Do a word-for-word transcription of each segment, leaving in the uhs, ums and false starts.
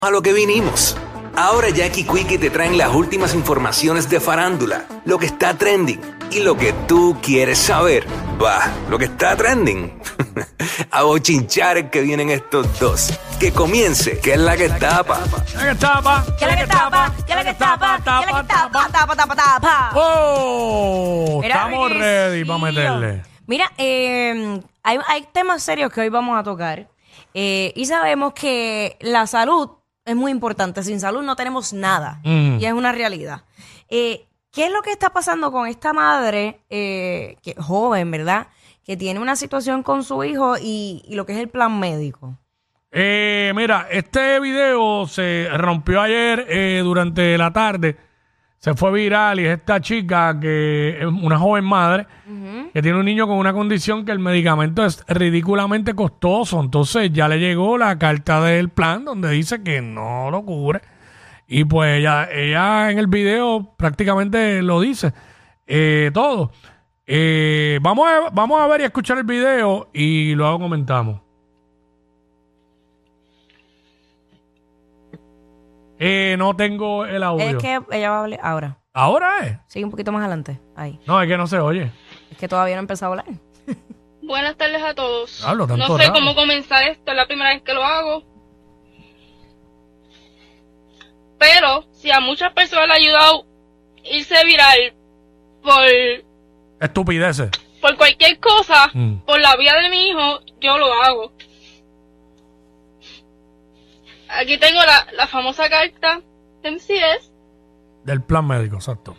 A lo que vinimos. Ahora Jackie Quickie te traen las últimas informaciones de farándula, lo que está trending y lo que tú quieres saber. Va, lo que está trending. A bochinchar que vienen estos dos. Que comience, que es la que tapa. La que tapa. Que la que tapa, que la que tapa, que la que tapa, tapa, tapa, tapa. ¡Oh! Mira, Estamos Ricky, ready para sí. meterle. Mira, eh, hay, hay temas serios que hoy vamos a tocar. Eh, y sabemos que la salud es muy importante. Sin salud no tenemos nada. Mm. Y es una realidad. Eh, ¿Qué es lo que está pasando con esta madre eh, que, joven, verdad? Que tiene una situación con su hijo y, y lo que es el plan médico. Eh, mira, este video se rompió ayer eh, durante la tarde. Se fue viral y es esta chica que es una joven madre uh-huh. que tiene un niño con una condición que el medicamento es ridículamente costoso. Entonces ya le llegó la carta del plan donde dice que no lo cubre. Y pues ella, ella en el video prácticamente lo dice eh, todo. Eh, vamos, a, vamos a ver y a escuchar el video y luego comentamos. Eh, no tengo el audio. Es que ella va a hablar ahora. ¿Ahora es? Sigue un poquito más adelante. Ahí. No, es que no se oye. Es que todavía no he empezado a hablar. Buenas tardes a todos. Hablo tanto no sé raro. cómo comenzar esto, es la primera vez que lo hago. Pero si a muchas personas le ha ayudado irse viral por, Estupideces. por cualquier cosa, Mm. por la vida de mi hijo, yo lo hago. Aquí tengo la, la famosa carta de M C S, Del plan médico, exacto.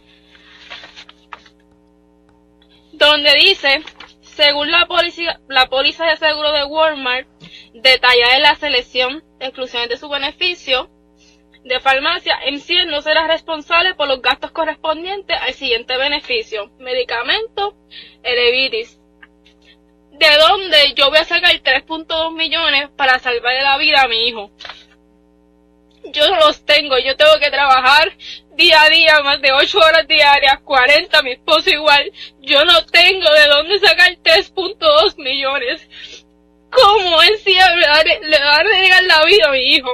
donde dice, según la póliza, la póliza de seguro de Walmart, detallada en la selección de exclusiones de su beneficio de farmacia, M C S no será responsable por los gastos correspondientes al siguiente beneficio: medicamento, Elevitis. ¿De dónde yo voy a sacar tres punto dos millones para salvarle la vida a mi hijo? Yo no los tengo, yo tengo que trabajar día a día, más de ocho horas diarias, cuarenta, mi esposo igual. Yo no tengo de dónde sacar tres punto dos millones. ¿Cómo en sí le va a le va a renegar la vida a mi hijo?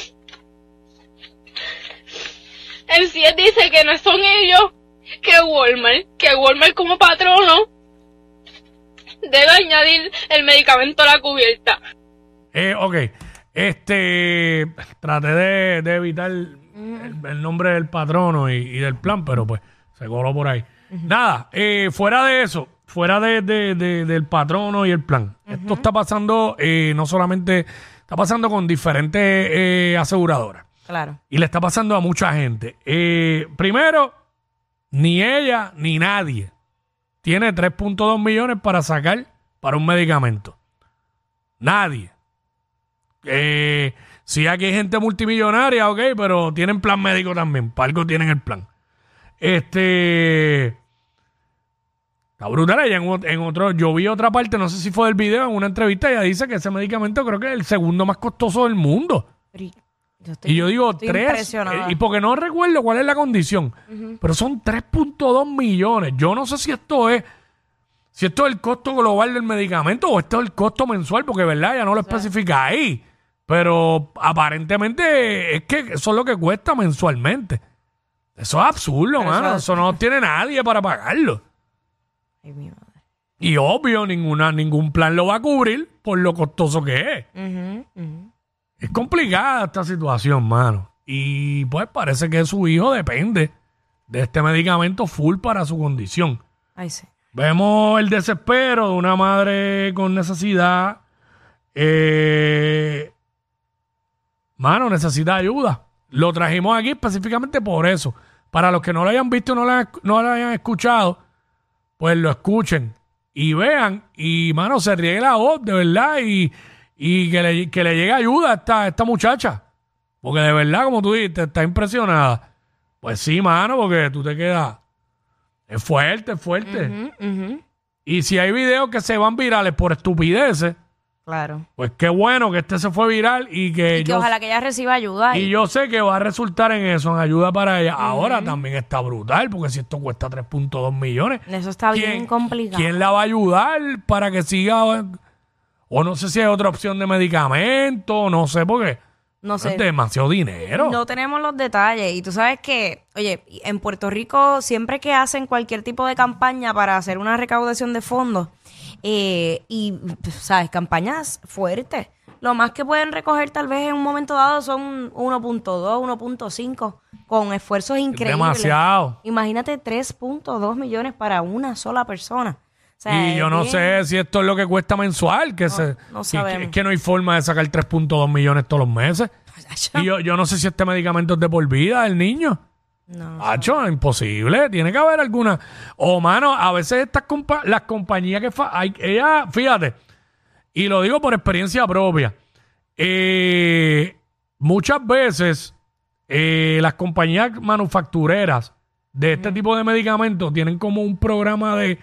En sí dice que no son ellos, que Walmart, que Walmart como patrono debe añadir el medicamento a la cubierta. Eh, ok. Este, traté de, de evitar el, el nombre del patrono y, y del plan, pero pues se coló por ahí. Uh-huh. Nada, eh, fuera de eso, fuera de, de, de, del patrono y el plan, uh-huh. esto está pasando, eh, no solamente, está pasando con diferentes eh, aseguradoras. Claro. Y le está pasando a mucha gente. Eh, primero, ni ella ni nadie tiene tres punto dos millones para sacar para un medicamento. Nadie. Eh, sí, aquí hay gente multimillonaria, ok, pero tienen plan médico también. Para algo tienen el plan. Este. Está brutal. Ella en, en otro. Yo vi otra parte, no sé si fue del video, en una entrevista, ella dice que ese medicamento creo que es el segundo más costoso del mundo. Yo estoy, Y yo digo estoy tres. impresionada. Eh, y porque no recuerdo cuál es la condición. Uh-huh. Pero son tres punto dos millones. Yo no sé si esto es. Si esto es el costo global del medicamento o esto es el costo mensual, porque verdad ya no lo especifica ahí. Pero aparentemente es que eso es lo que cuesta mensualmente. Eso es absurdo, Pero mano. eso, Eso no tiene nadie para pagarlo. Ay, mi madre. Y obvio, ninguna, ningún plan lo va a cubrir por lo costoso que es. Uh-huh, uh-huh. Es complicada esta situación, mano. Y pues parece que su hijo depende de este medicamento full para su condición. Ay, sí. Vemos el desespero de una madre con necesidad. Eh, mano, necesita ayuda. Lo trajimos aquí específicamente por eso. Para los que no lo hayan visto, no lo, no lo hayan escuchado, pues lo escuchen y vean. Y, mano, se riegue la voz, de verdad. Y, y que, le, que le llegue ayuda a esta, a esta muchacha. Porque de verdad, como tú dijiste, está impresionada. Pues sí, mano, porque tú te quedas... Es fuerte, es fuerte. Uh-huh, uh-huh. Y si hay videos que se van virales por estupideces, claro. Pues qué bueno que este se fue viral y que, Y que yo, ojalá que ella reciba ayuda. y Y yo sé que va a resultar en eso, en ayuda para ella. Uh-huh. Ahora también está brutal, porque si esto cuesta tres punto dos millones, eso está bien complicado. ¿quién la va a ayudar para que siga? O no sé si hay otra opción de medicamento, no sé, porque No sé. Es demasiado dinero. No tenemos los detalles. Y tú sabes que, oye, en Puerto Rico, siempre que hacen cualquier tipo de campaña para hacer una recaudación de fondos, eh, y, ¿sabes? Campañas fuertes. Lo más que pueden recoger tal vez en un momento dado son uno punto dos, uno punto cinco, con esfuerzos increíbles. Demasiado. Imagínate tres punto dos millones para una sola persona. O sea, Y yo es no bien- sé si esto es lo que cuesta mensual, que se, no y sabemos. que, es que no hay forma de sacar tres punto dos millones todos los meses. Y yo, yo no sé si este medicamento es de por vida del niño. No, Hacho, imposible. Tiene que haber alguna. O, mano, a veces estas compa las compañías que... Fa hay, ella, fíjate, y lo digo por experiencia propia, eh, muchas veces eh, las compañías manufactureras de este tipo de medicamentos tienen como un programa de,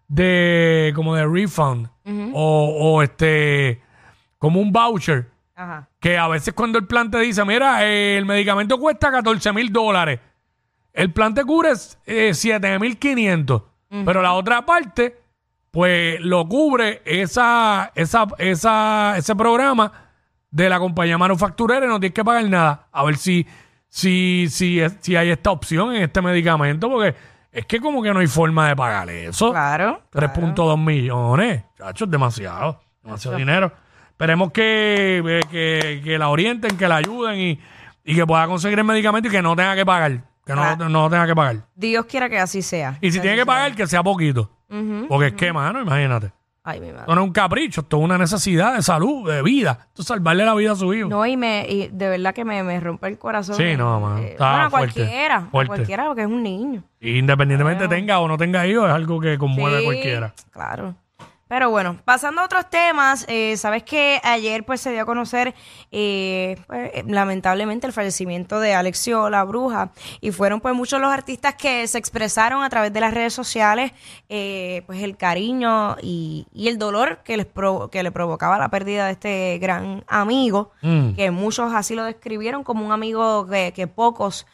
de como de refund o, o este como un voucher Ajá. que a veces cuando el plan te dice, mira, eh, el medicamento cuesta catorce mil dólares, el plan te cubre eh, siete mil quinientos, pero la otra parte, pues lo cubre esa, esa, esa, ese programa de la compañía manufacturera y no tienes que pagar nada. A ver si, si, si, es- si hay esta opción en este medicamento, porque es que como que no hay forma de pagar eso. Claro. tres punto dos millones, chacho, es demasiado, demasiado dinero. Esperemos que, eh, que, que la orienten, que la ayuden y, y que pueda conseguir el medicamento y que no tenga que pagar. Que no, Claro. no tenga que pagar. Dios quiera que así sea. Y si tiene que pagar, que sea poquito. Ujú. Porque es que, mano, imagínate. Ay, mi madre. Esto no es un capricho, esto es una necesidad de salud, de vida. Esto es salvarle la vida a su hijo. No, y, me, y de verdad que me, me rompe el corazón. Sí, no, mano, Eh, está bueno, a fuerte, cualquiera. A fuerte. cualquiera, porque es un niño. Independientemente tenga o no tenga hijos, es algo que conmueve Sí, a cualquiera. Claro. Pero bueno, pasando a otros temas, eh, sabes que ayer pues se dio a conocer eh, pues, eh, lamentablemente el fallecimiento de Alexio La Bruja, y fueron pues muchos los artistas que se expresaron a través de las redes sociales eh, pues el cariño y, y el dolor que les provo- que le provocaba la pérdida de este gran amigo, Mm. que muchos así lo describieron como un amigo que, que pocos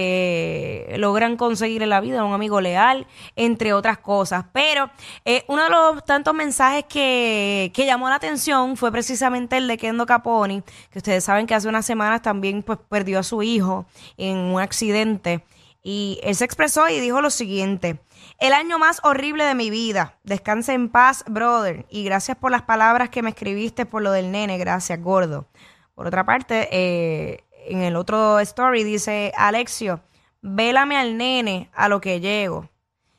eh, logran conseguir en la vida, un amigo leal, entre otras cosas. Pero eh, uno de los tantos mensajes que, que llamó la atención fue precisamente el de Kendo Caponi, que ustedes saben que hace unas semanas también pues, perdió a su hijo en un accidente. Y él se expresó y dijo lo siguiente: el año más horrible de mi vida. Descanse en paz, brother. Y gracias por las palabras que me escribiste por lo del nene. Gracias, gordo. Por otra parte, eh, en el otro story dice: Alexio, vélame al nene a lo que llego.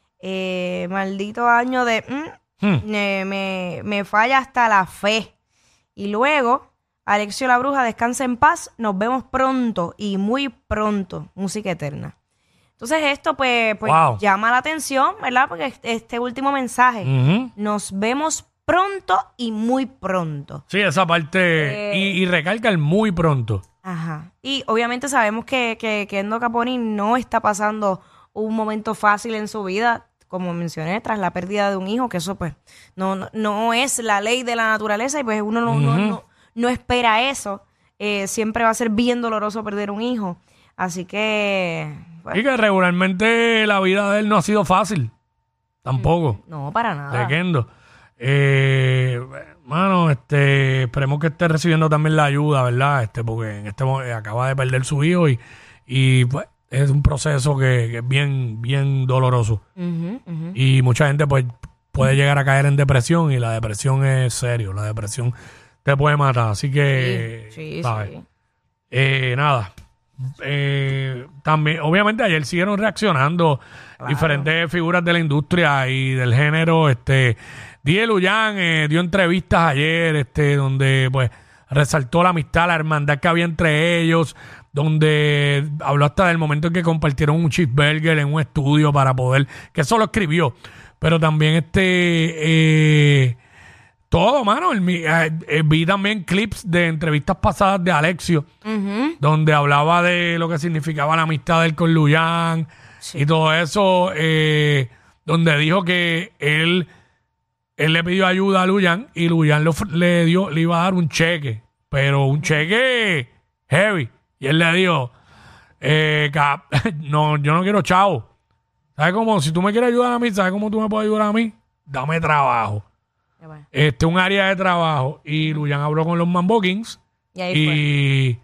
Eh, maldito año de... mm, Hmm. me, me, me falla hasta la fe. Y luego, Alexio La Bruja, descansa en paz. Nos vemos pronto y muy pronto. Música eterna. Entonces esto pues, pues Wow. llama la atención, ¿verdad? Porque este último mensaje, Ujú. nos vemos pronto y muy pronto. Sí, esa parte. Eh. Y, y recalca el muy pronto. Ajá. Y obviamente sabemos que, que, que Kendo Caponi no está pasando un momento fácil en su vida, como mencioné, tras la pérdida de un hijo, que eso pues no, no, no es la ley de la naturaleza y pues uno no, no, no, no espera eso. Eh, siempre va a ser bien doloroso perder un hijo. Así que... pues, Y que regularmente la vida de él no ha sido fácil. Tampoco. no, para De nada. Kendo. Eh, mano, este, esperemos que esté recibiendo también la ayuda, ¿verdad? Este, porque en este mo- eh, acaba de perder su hijo y, y pues, es un proceso que, que es bien, bien doloroso. Ujú, ujú. Y mucha gente pues puede llegar a caer en depresión y la depresión es serio. La depresión te puede matar. Así que, Sí, sí, ¿sabes? sí. Eh, nada. Eh, también, obviamente, ayer siguieron reaccionando diferentes figuras de la industria y del género. Este, D J Luyan eh, dio entrevistas ayer, este, donde pues resaltó la amistad, la hermandad que había entre ellos, donde habló hasta del momento en que compartieron un cheeseburger en un estudio para poder, que eso lo escribió, pero también este eh, todo, mano. El, mi- eh, eh, vi también clips de entrevistas pasadas de Alexio, Ujú. donde hablaba de lo que significaba la amistad de él con Luyan y todo eso, eh, donde dijo que él, él le pidió ayuda a Luyan y Luyan le, ofre- le dio, le iba a dar un cheque, pero un cheque heavy. Y él le dijo, eh, cap- no, yo no quiero chavo. ¿Sabes cómo? Si tú me quieres ayudar a mí, ¿sabes cómo tú me puedes ayudar a mí? Dame trabajo. Ya va. Este, un área de trabajo. Y Luyan habló con los Mambo Kings Y ahí fue. y,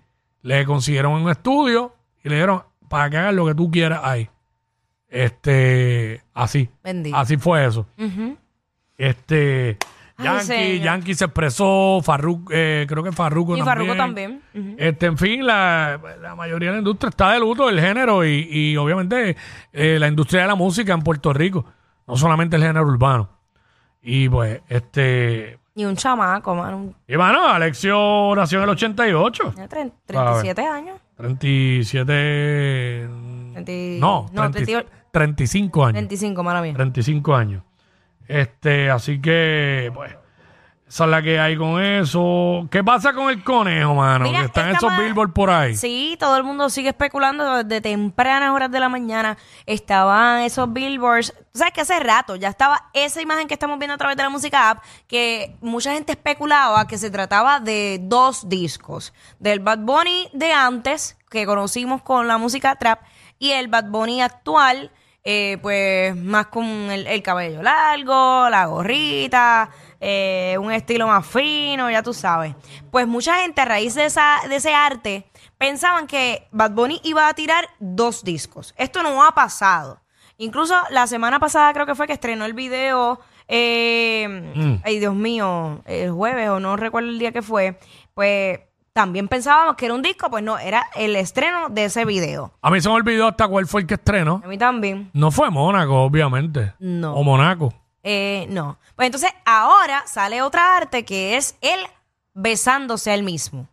le consiguieron un estudio y le dieron para que hagas lo que tú quieras ahí. Este, así. Bendito. Así fue eso. Ujú. Este, Ay, Yankee, señor. Yankee se expresó, Farruko, eh, creo que Farruko Y también. Farruko también. Ujú. Este, en fin, la, la mayoría de la industria está de luto del género y, y obviamente eh, la industria de la música en Puerto Rico, no solamente el género urbano. Y pues, este, Y un chamaco, mano. un- y bueno, Alexio nació en el ochenta y ocho. Tiene tre- treinta y siete años. treinta y siete. treinta No, no, treinta y- treinta treinta y cinco años. veinticinco, mala mía. treinta y cinco años. Este, así que, pues, esa es la que hay con eso. ¿Qué pasa con el conejo, mano? Mira, que están estaba- esos billboards por ahí. Sí, todo el mundo sigue especulando desde tempranas horas de la mañana. Estaban esos billboards. Tú sabes que hace rato ya estaba esa imagen que estamos viendo a través de la música app, que mucha gente especulaba que se trataba de dos discos. Del Bad Bunny de antes, que conocimos con la música trap, y el Bad Bunny actual, eh, pues más con el, el cabello largo, la gorrita, eh, un estilo más fino, ya tú sabes. Pues mucha gente a raíz de, esa, de ese arte pensaban que Bad Bunny iba a tirar dos discos. Esto no ha pasado. Incluso la semana pasada creo que fue que estrenó el video, eh, Mm. ay Dios mío, el jueves o no recuerdo el día que fue, pues también pensábamos que era un disco, pues no, era el estreno de ese video. A mí se me olvidó hasta cuál fue el que estrenó. A mí también. No fue Mónaco, obviamente. No. O Monaco. Eh, no. Pues entonces ahora sale otra arte que es él besándose a él mismo.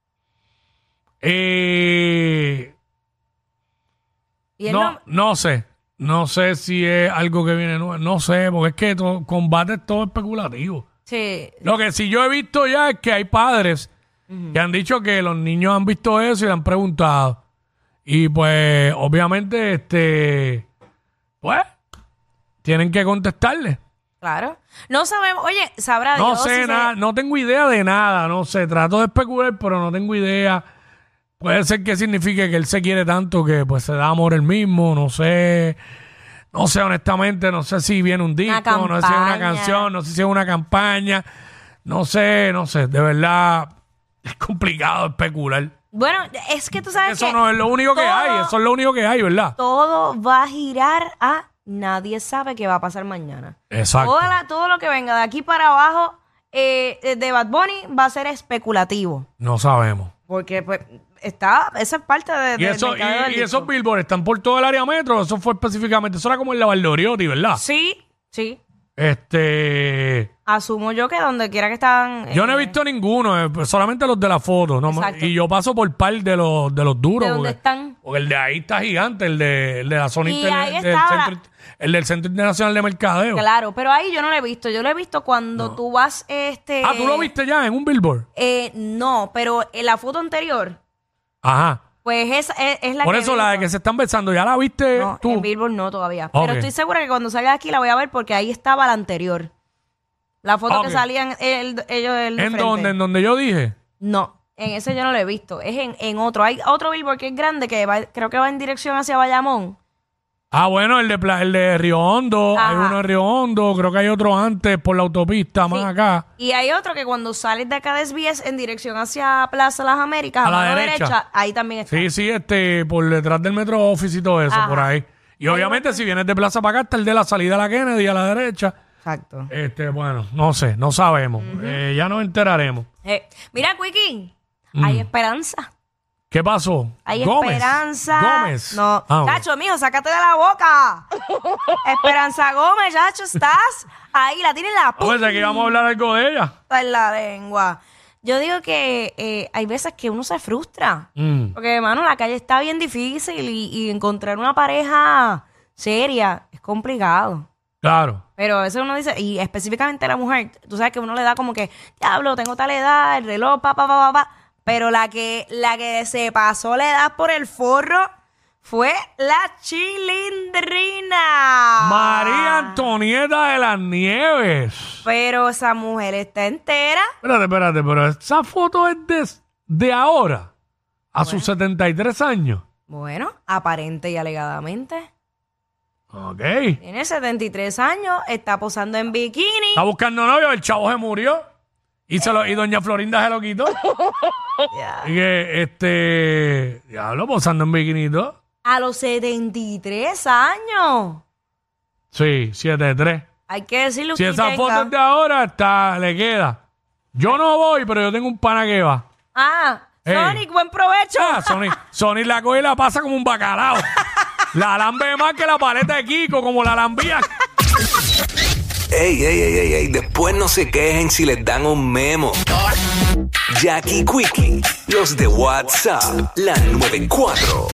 Eh, Y él no, no- no sé. No sé si es algo que viene nuevo. No sé, porque es que to- combate es todo especulativo. Sí. Lo que sí yo he visto ya es que hay padres que han dicho que los niños han visto eso y le han preguntado. Y pues, obviamente, este, pues, tienen que contestarle. Claro. No sabemos, oye, sabrá No Dios sé si se- nada, no tengo idea de nada, no sé, trato de especular, pero no tengo idea. Puede ser que signifique que él se quiere tanto que pues se da amor él mismo, no sé. No sé, honestamente, no sé si viene un disco, no sé si es una campaña. canción, no sé si es una campaña, no sé, no sé, de verdad es complicado especular. Bueno, es que tú sabes Eso que no es lo único que todo- hay, eso es lo único que hay, ¿verdad? todo va a girar a nadie sabe qué va a pasar mañana. Exacto. Toda la- todo lo que venga de aquí para abajo eh, de Bad Bunny va a ser especulativo. No sabemos. Porque pues está, esa es parte de, Y, del eso, mercadeo del y, y disco. esos billboards están por todo el área metro, eso fue específicamente, eso era como en la Valdoriotti, ¿verdad? Sí, sí. Este... Asumo yo que donde quiera que están... Yo no he eh, visto ninguno, eh, pues solamente los de la foto. ¿no? Exacto. Y yo paso por par de los, de los duros. ¿De dónde porque, están? porque el de ahí está gigante, el de, el de la zona Y interna- ahí del está la- centro, el del Centro Internacional de Mercadeo. Claro, pero ahí yo no lo he visto. Yo lo he visto cuando tú vas... este Ah, ¿tú lo viste ya en un billboard? Eh, no, pero en la foto anterior, Ajá. pues esa es, es la Por que eso he la de visto. que se están besando, ¿ya la viste No, tú? en Billboard no todavía. Ok. Pero estoy segura que cuando salga de aquí la voy a ver porque ahí estaba la anterior. La foto Ok. que salían el- ellos del de ¿En frente. donde? ¿En donde yo dije? No, en ese yo no lo he visto. Es en, en otro. Hay otro Billboard que es grande que va, creo que va en dirección hacia Bayamón. Ah, bueno, el de, Pla- el de Río Hondo. Ajá. Hay uno de Río Hondo. Creo que hay otro antes por la autopista, más Sí. acá. Y hay otro que cuando sales de acá de S B S en dirección hacia Plaza Las Américas, A a, la mano derecha. derecha. Ahí también está. Sí, sí, este, por detrás del Metro Office y todo eso, Ajá. por ahí. Y obviamente, si vienes de Plaza para acá, está el de la salida a la Kennedy a la derecha. Exacto. Este, bueno, no sé, no sabemos. Eh, ya nos enteraremos. Eh, mira, Quickie, Mm. hay esperanza. ¿Qué pasó? Hay Gómez. esperanza. Gómez. No, Ah, ok. Chacho, mijo, sácate de la boca. Esperanza Gómez, Chacho, estás ahí, la tienes en la Ah, pues aquí vamos a hablar algo de ella. punta en la lengua. Yo digo que eh, hay veces que uno se frustra. Mm. Porque, hermano, la calle está bien difícil y, y encontrar una pareja seria es complicado. Claro. Pero a veces uno dice, y específicamente la mujer, tú sabes que uno le da como que, diablo, tengo tal edad, el reloj, pa, pa, pa, pa, pa. Pero la que, la que se pasó la edad por el forro fue la Chilindrina. María Antonieta de las Nieves. Pero esa mujer está entera. Espérate, espérate, pero esa foto es de, de ahora, a sus setenta y tres años. Bueno, aparente y alegadamente. Ok. Tiene setenta y tres años, está posando en bikini. Está buscando novio, el chavo se murió. Y, se lo, y doña Florinda se lo quitó. Ya. Y que, este... Diablo, posando en bikinito. A los setenta y tres años. Sí, siete tres. Hay que decirle Si que esa tenga. foto es de ahora, está, le queda. Yo no voy, pero yo tengo un pana que va. Ah, Ey. Sonic, buen provecho. Ah, Sony, Sony la coge y la pasa como un bacalao. La lambe más que la paleta de Kiko, como la lambía. Ey, ey, ey, ey, ey, después no se quejen si les dan un memo. Jackie Quickie, los de WhatsApp, la noventa y cuatro.